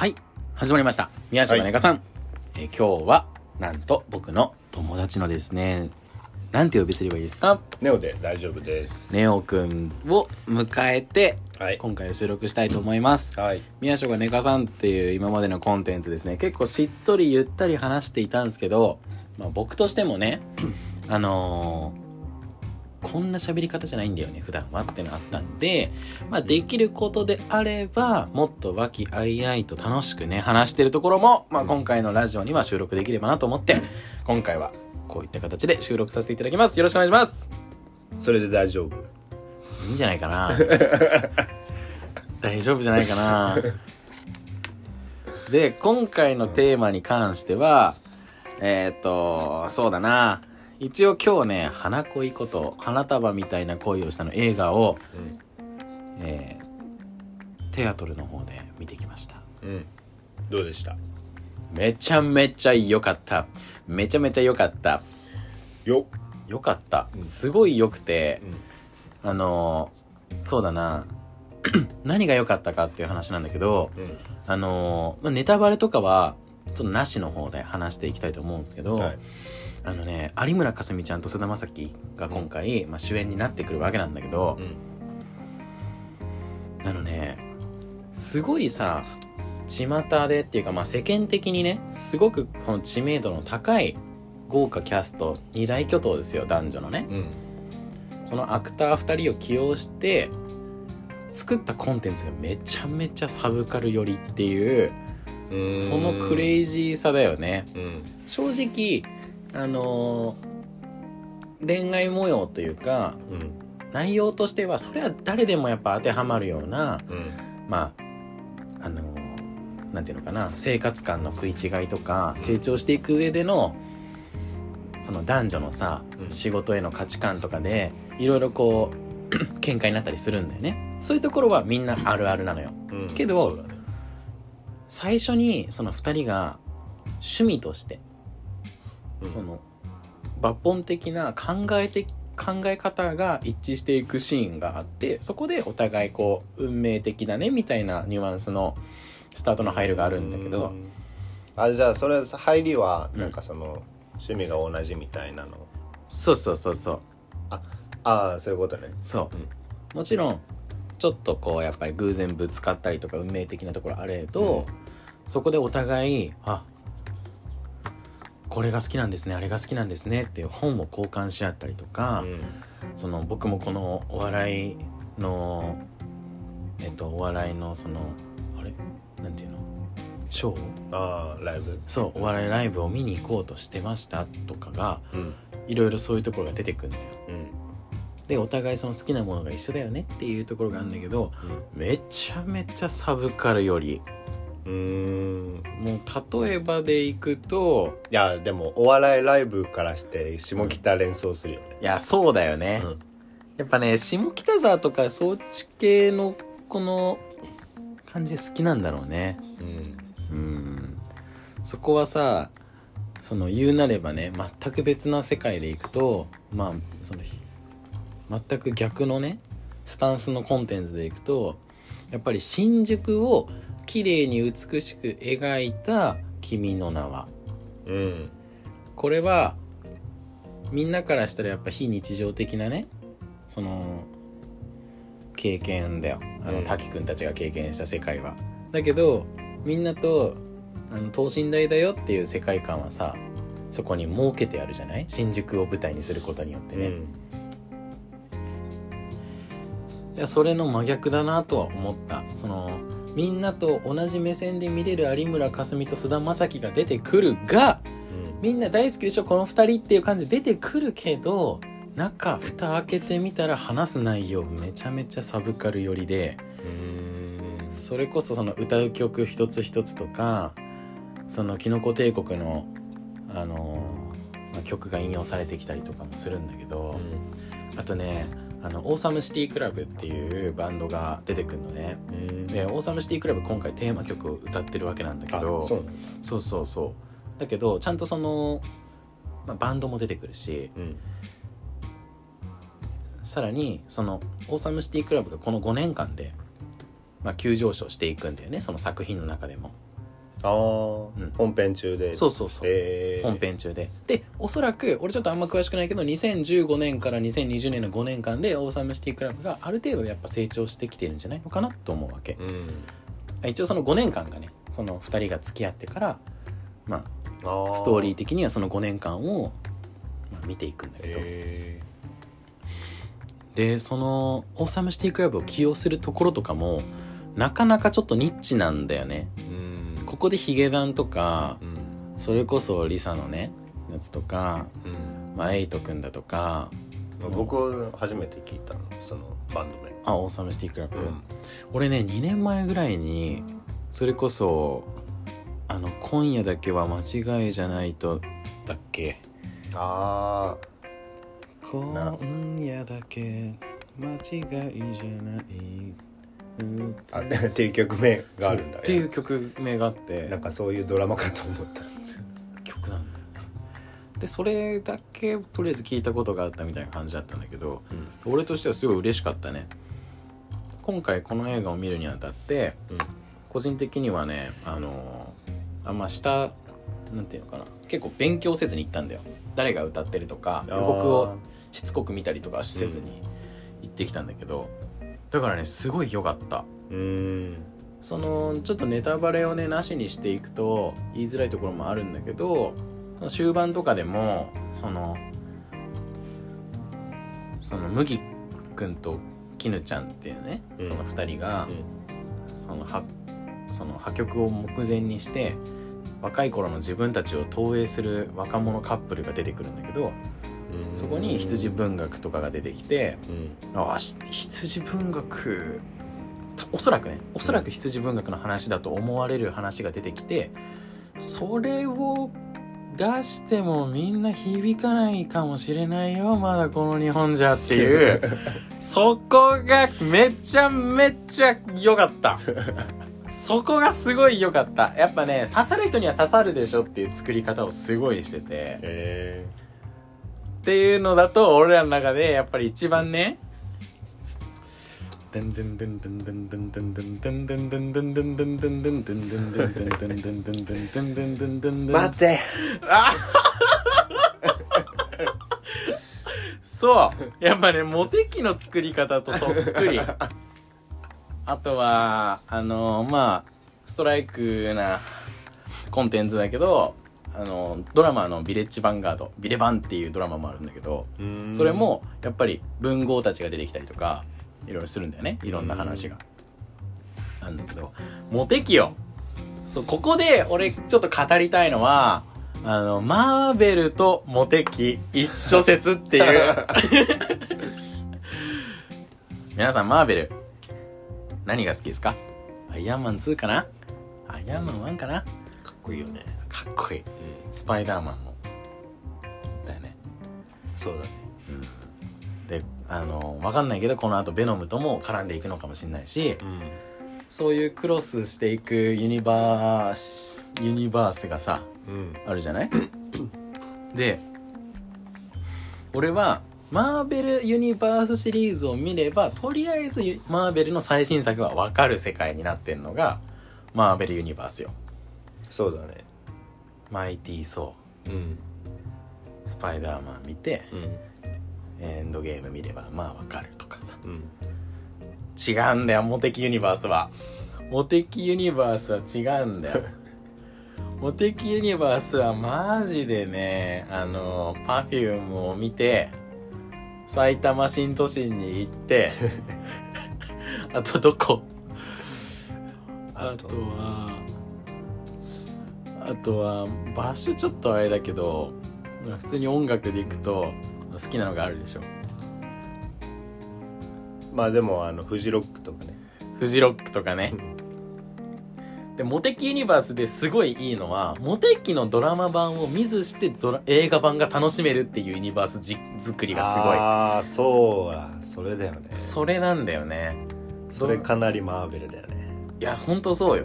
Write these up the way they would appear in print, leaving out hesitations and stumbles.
はい、始まりました。宮下ねかさん、今日はなんと僕の友達のですね、なんて呼びすればいいですか？ ネオで大丈夫です。 ネオくんを迎えて、 はい、 今回収録したいと思います。 はい、 宮下ねかさんっていう今までのコンテンツですね、結構しっとりゆったり話していたんですけど、僕としてもねこんな喋り方じゃないんだよね普段はってのあったんで、できることであればもっと和気あいあいと楽しくね話してるところも、今回のラジオには収録できればなと思って今回はこういった形で収録させていただきます。よろしくお願いします。 それで大丈夫？ いいんじゃないかな大丈夫じゃないかな。で、今回のテーマに関してはそうだな、一応今日ね、花恋こと花束みたいな恋をしたの映画を、テアトルの方で見てきました。 どうでした？ めちゃめちゃ良かった。めちゃめちゃ良かった。 よかった。すごい良くて、そうだな何が良かったかっていう話なんだけど、ネタバレとかはちょっとなしの方で話していきたいと思うんですけど、有村架純ちゃんと菅田将暉が今回、主演になってくるわけなんだけど、すごいさ、巷でっていうか、世間的にね、すごくその知名度の高い豪華キャスト二大巨頭ですよ、男女のね、そのアクター2人を起用して作ったコンテンツがめちゃめちゃサブカル寄りっていう、そのクレイジーさだよね。正直恋愛模様というか、内容としてはそれは誰でもやっぱ当てはまるような、なんていうのかな、生活感の食い違いとか、成長していく上でのその男女のさ、仕事への価値観とかでいろいろこう喧嘩になったりするんだよね。そういうところはみんなあるあるなのよ、けど、最初にその2人が趣味として、その抜本的な考え方が一致していくシーンがあって、そこでお互いこう運命的だねみたいなニュアンスのスタートの入るがあるんだけど、 じゃあそれ入りはなんかその、趣味が同じみたいなの？ そうそういうことね。 そう、もちろんちょっとこうやっぱり偶然ぶつかったりとか運命的なところあれど、そこでお互いこれが好きなんですね、あれが好きなんですねっていう本を交換し合ったりとか、その僕もこのお笑いのそのなんていうの、ショー、 ライブ、 そうお笑いライブを見に行こうとしてましたとかが、いろいろそういうところが出てくるんだよ。でお互いその好きなものが一緒だよねっていうところがあるんだけど、めちゃめちゃサブカルより、もう例えばでいくと、 いやでもお笑いライブからして下北連想するよね。 いやそうだよね、やっぱね下北沢とかそっち系のこの感じ好きなんだろうね。そこはさ、その言うなればね、全く別な世界でいくと、その全く逆のねスタンスのコンテンツでいくと、やっぱり新宿を綺麗に美しく描いた君の名は、これはみんなからしたらやっぱ非日常的なね、その経験だよ、滝くんたちが経験した世界は。だけどみんなと等身大だよっていう世界観はさ、そこに設けてあるじゃない、新宿を舞台にすることによってね、いやそれの真逆だなとは思った。そのみんなと同じ目線で見れる有村架純と菅田将暉が出てくるが、みんな大好きでしょこの2人っていう感じで出てくるけど、中蓋開けてみたら話す内容めちゃめちゃサブカル寄りで、それこそその歌う曲一つ一つとか、そのキノコ帝国の曲が引用されてきたりとかもするんだけど、あとねオーサムシティクラブっていうバンドが出てくるのね。でオーサムシティクラブ今回テーマ曲を歌ってるわけなんだけど、そうだけどちゃんとその、バンドも出てくるし、さらにそのオーサムシティクラブがこの5年間で、急上昇していくんだよね、その作品の中でも。 本編中で。 そうそうそう、本編中でおそらく俺ちょっとあんま詳しくないけど2015年から2020年の5年間でオーサムシティクラブがある程度やっぱ成長してきてるんじゃないのかなと思うわけ、一応その5年間がねその2人が付き合ってからまあストーリー的にはその5年間を、見ていくんだけど、でそのオーサムシティクラブを起用するところとかもなかなかちょっとニッチなんだよね。ここでヒゲダンとか、それこそリサのねやつとか、エイトくんだとか、 僕初めて聞いたのそのバンド名。 オーサムシティクラブ、俺ね2年前ぐらいにそれこそ今夜だけは間違いじゃないとだっけ、今夜だけ間違いじゃないっていう曲名があるんだ。 っていう曲名があって、 なんかそういうドラマかと思った曲なんだよね。でそれだけとりあえず聞いたことがあったみたいな感じだったんだけど、俺としてはすごい嬉しかったね。今回この映画を見るにあたって、個人的にはねあんまなんていうのかな、結構勉強せずに行ったんだよ。誰が歌ってるとか予告をしつこく見たりとかせずに行ってきたんだけど、だからねすごい良かった。そのちょっとネタバレをねなしにしていくと言いづらいところもあるんだけど、その終盤とかでもその麦くんと絹ちゃんっていうね、その2人が、その破局を目前にして若い頃の自分たちを投影する若者カップルが出てくるんだけど、そこに羊文学とかが出てきて、羊文学おそらく羊文学の話だと思われる話が出てきて、それを出してもみんな響かないかもしれないよまだこの日本じゃっていうそこがめちゃめちゃ良かったそこがすごい良かった。やっぱね刺さる人には刺さるでしょっていう作り方をすごいしてて、っていうのだと俺らの中でやっぱり一番ね待ってそうやっぱねモテ期の作り方とそっくりあとはストライクなコンテンツだけどドラマのビレッジヴァンガードビレバンっていうドラマもあるんだけど、それもやっぱり文豪たちが出てきたりとかいろいろするんだよね。いろんな話があるんだけど、モテ期よ。そうここで俺ちょっと語りたいのはマーベルとモテ期一緒説っていう皆さんマーベル何が好きですか？アイアンマン2かな？アイアンマン1かな？ かっこいいよね。 かっこいい、スパイダーマンもだよね。 そうだね。 で分かんないけどこの後ベノムとも絡んでいくのかもしれないし、そういうクロスしていくユニバースがさ、あるじゃないで俺はマーベルユニバースシリーズを見ればとりあえずマーベルの最新作は分かる世界になってんのがマーベルユニバースよ。 そうだね。 マイティー・ソー、スパイダーマン見て、エンドゲーム見ればまあ分かるとかさ、違うんだよモテキユニバースは。モテキユニバースは違うんだよモテキユニバースはマジでねパフュームを見て埼玉新都心に行ってあとどこあとは場所ちょっとあれだけど普通に音楽で行くと好きなのがあるでしょ。 まあでもフジロックとかね。 フジロックとかねでモテキユニバースですごいいいのはモテキのドラマ版を見ずして映画版が楽しめるっていうユニバース作りがすごい。 ああそうだ、それだよね。 それなんだよね。 それかなりマーベルだよね。 いやほんとそうよ。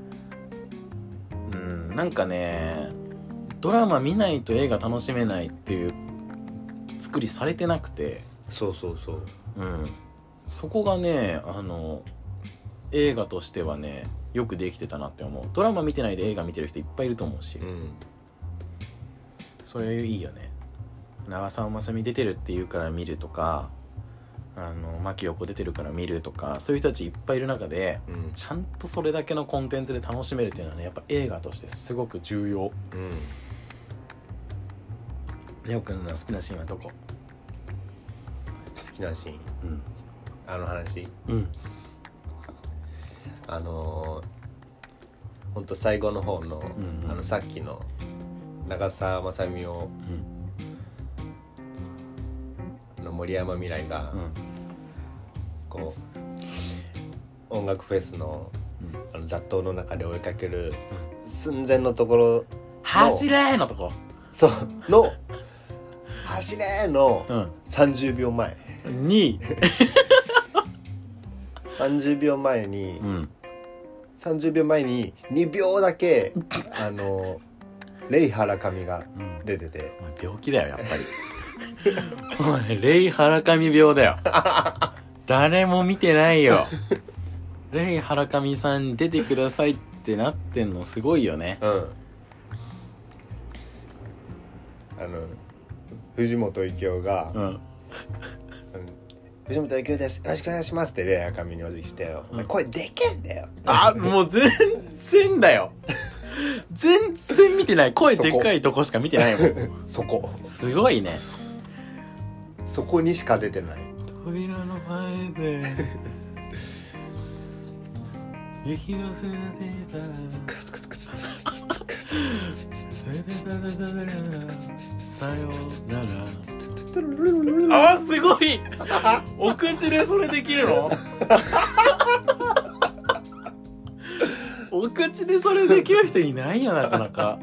なんかねドラマ見ないと映画楽しめないっていう作りされてなくて、 そうそこがね映画としてはねよくできてたなって思う。ドラマ見てないで映画見てる人いっぱいいると思うし、それいいよね。長澤まさみ出てるっていうから見るとか、牧陽子出てるから見るとか、そういう人たちいっぱいいる中で、ちゃんとそれだけのコンテンツで楽しめるっていうのはね、やっぱ映画としてすごく重要。レオくんの好きなシーンはどこ？ 好きなシーン、あの話、ほんと最後の方の、さっきの長澤まさみを、森山未来が、こう音楽フェスの、雑踏の中で追いかける、寸前のところ走れーのとこ、 そうの走れーの30秒前に 30秒前に、30秒前に2秒だけレイ・ハラカミが出てて、 病気だよやっぱりおいレイ・ハラカミ病だよ誰も見てないよレイ・ハラカミさん出てくださいってなってんのすごいよね。 藤本幸雄が、藤本幸雄です、よろしくお願いしますってレイ・ハラカミにお辞儀してよ、声でけんだよ。 もう全然だよ全然見てない。声でかいとこしか見てないもんそこすごいね。 そこにしか出てない。 扉の前で雪が降っていたさよなら。すごいお口でそれできるのお口でそれできる人いないよなかなか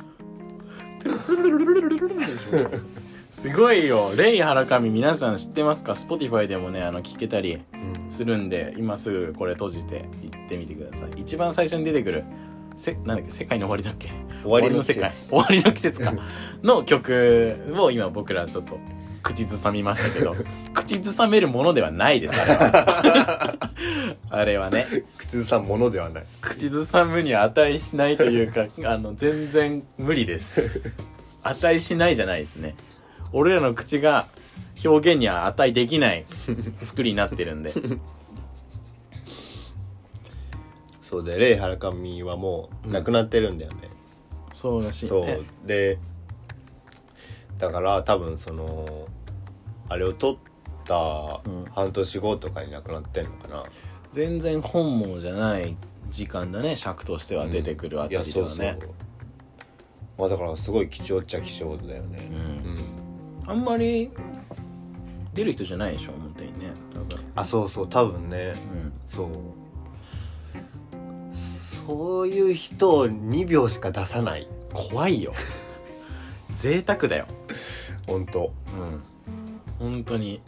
すごいよ。レイ・ハラカミ皆さん知ってますか？ Spotify でもね聞けたりするんで、今すぐこれ閉じて行ってみてください。一番最初に出てくるなんだっけ、世界の終わりだっけ、 終わりの世界、終わりの季節かの曲を今僕らちょっと口ずさみましたけど口ずさめるものではないですあれはあれはね口ずさむものではない。 口ずさむには値しないというか全然無理です値しないじゃないですね。俺らの口が表現には値できない作りになってるんでそうで、レイ・ハラカミはもう亡くなってるんだよね、 そうらしいね。 そうで、だから多分あれを撮った半年後とかに亡くなってんのかな、 全然本望じゃない時間だね、尺としては出てくるあたりではね。 まあだからすごい貴重っちゃ貴重だよね。 あんまり出る人じゃないでしょ表にね多分。 そう多分ね、そういう人を2秒しか出さない。 怖いよ贅沢だよ本当に、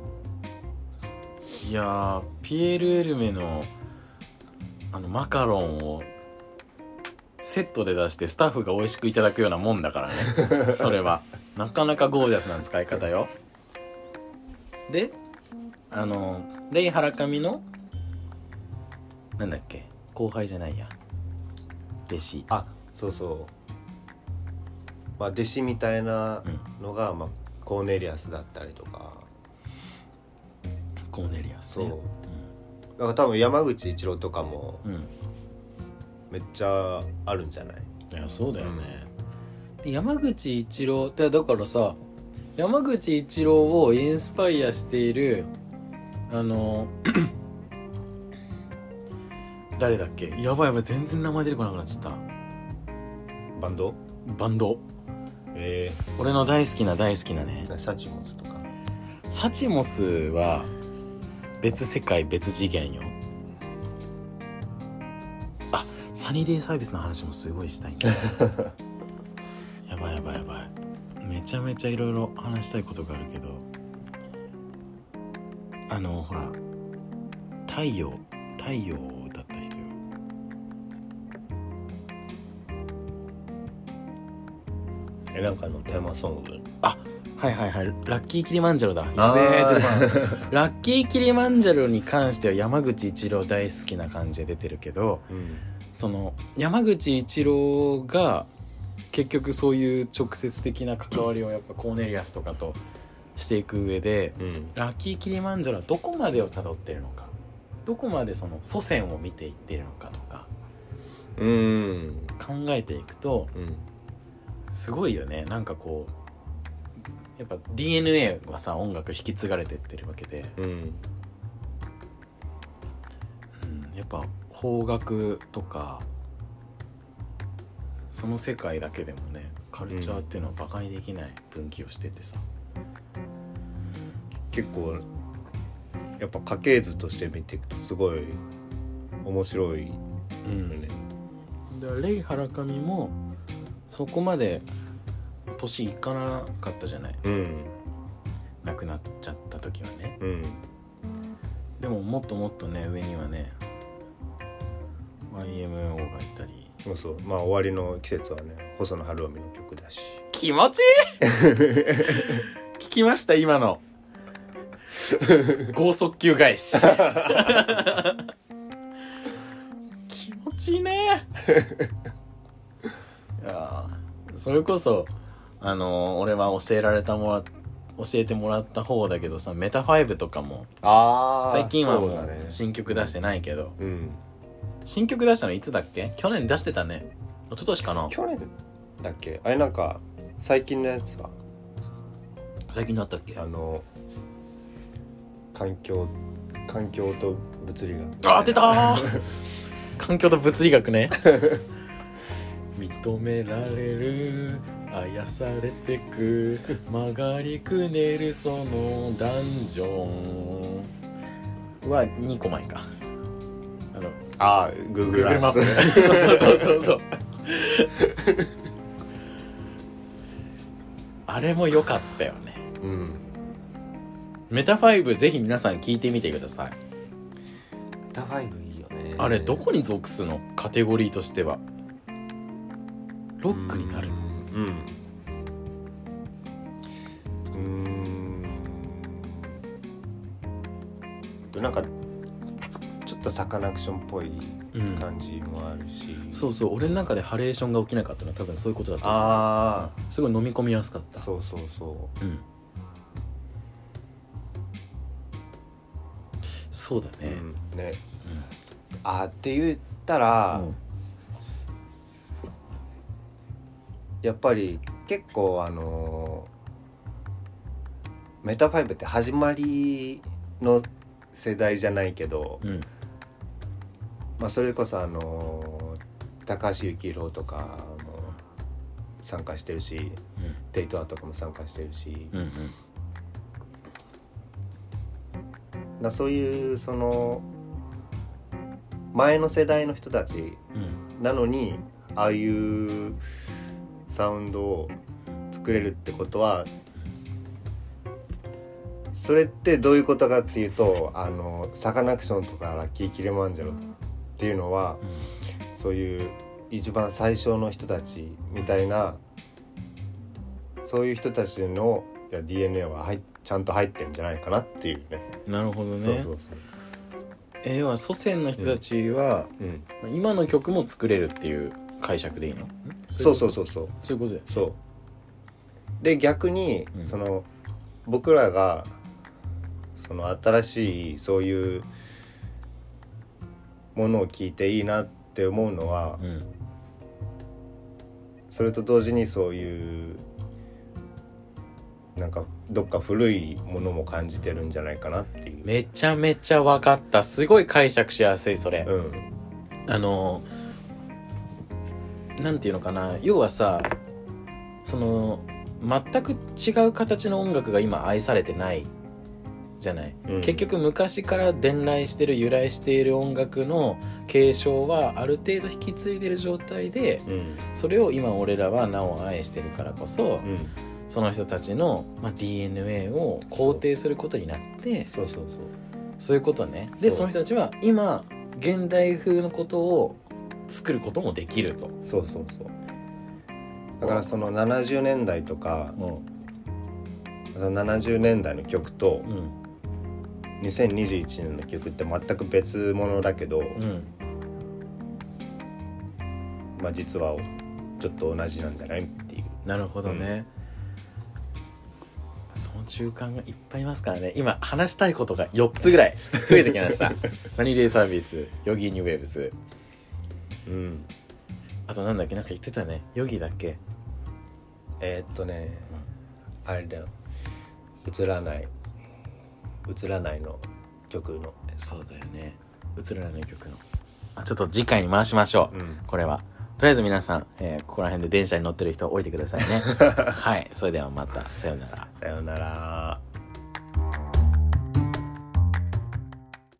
いやピエール・エルメのマカロンをセットで出してスタッフが美味しくいただくようなもんだからねそれはなかなかゴージャスな使い方よ。でレイ・ハラカミのなんだっけ、後輩じゃないや弟子、 まあ弟子みたいなのが、コーネリアスだったりとか。 コーネリアスね。 だから多分山口一郎とかもめっちゃあるんじゃない？ いやそうだよね、山口一郎ってだからさ、山口一郎をインスパイアしている誰だっけ、やばい全然名前出てこなくなっちゃった。 バンド俺の大好きなねサチモスとか。 サチモスは別世界別次元よ。サニーデイサービスの話もすごいしたいんだやばいめちゃめちゃいろいろ話したいことがあるけど、ほら太陽を歌った人よ。 なんかのテーマソング。 はいはいはい、ラッキーキリマンジャロだ。やべえ、ラッキーキリマンジャロに関しては山口一郎大好きな感じで出てるけど、その山口一郎が結局そういう直接的な関わりをやっぱコーネリアスとかとしていく上で、ラッキーキリマンジャロはどこまでをたどっているのか、どこまでその祖先を見ていっているのかとか考えていくと、すごいよね。なんかこうやっぱ DNA はさ、音楽引き継がれてってるわけで、やっぱ邦楽とかその世界だけでもね、カルチャーっていうのはバカにできない分岐をしててさ、 結構やっぱ家系図として見ていくとすごい面白いよね。 レイ・ハラカミもそこまで年いかなかったじゃない、亡くなっちゃった時はね、でももっともっとね上にはね YMO がいたり、 そうまあ終わりの季節はね細野晴臣の曲だし気持ちいい聞きました今の剛速球返し気持ちいいねいやそれこそ俺は教えてもらった方だけどさ、メタ5とかも最近はもう新曲出してないけど、新曲出したのいつだっけ？去年出してたね。一昨年かな。 去年だっけ？あれなんか最近のやつは最近のあったっけ？ 環境と物理学、 あ、出た環境と物理学ね認められるあやされてく曲がりくねるそのダンジョンは2個前か。 Google マップそうあれも良かったよね。メタ5ぜひ皆さん聞いてみてください。 メタ5いいよね。 あれどこに属すの？カテゴリーとしてはロックになるの？ なんかちょっとサカナクションっぽい感じもあるし、 そうそう、俺の中でハレーションが起きなかったのは多分そういうことだと思う。すごい飲み込みやすかった。 そう、 そうだね、 って言ったら、やっぱり結構メタ5って始まりの世代じゃないけど、それこそ高橋幸宏とかも参加してるし、テイトアとかも参加してるし、そういうその前の世代の人たちなのに、ああいうサウンドを作れるってことは、それってどういうことかっていうと、サカナクションとかラッキーキリマンジャロっていうのは、そういう一番最初の人たちみたいな、そういう人たちのDNA はちゃんと入ってるんじゃないかなっていうね。 なるほどね。要は祖先の人たちは、今の曲も作れるっていう解釈でいいの？そういうことだよ。 そうで、逆に、その僕らがその新しいそういうものを聞いていいなって思うのは、それと同時にそういうなんかどっか古いものも感じてるんじゃないかなっていう。 めちゃめちゃ分かった。すごい解釈しやすいそれ。なんていうのかな、要はさ、その全く違う形の音楽が今愛されてないじゃない、結局昔から伝来してる由来している音楽の継承はある程度引き継いでる状態で、それを今俺らはなお愛してるからこそ、その人たちの、DNA を肯定することになって、そういうことね。でその人たちは今現代風のことを作ることもできると。 だからその70年代とかその70年代の曲とうん 2021年の曲って全く別物だけど、 うんまあ実はちょっと同じなんじゃないっていう。 なるほどね、その中間がいっぱいいますからね。今話したいことが4つぐらい増えてきましたサニーデイサービス、ヨギーニューウェーブス、あとなんだっけ、なんか言ってたね、ヨギだっけ。 あれだよ、映らないの曲の。 そうだよね、映らない曲の。ちょっと次回に回しましょう、これは。とりあえず皆さん、ここら辺で電車に乗ってる人降りてくださいねはい、それではまた、さようなら。 さようなら。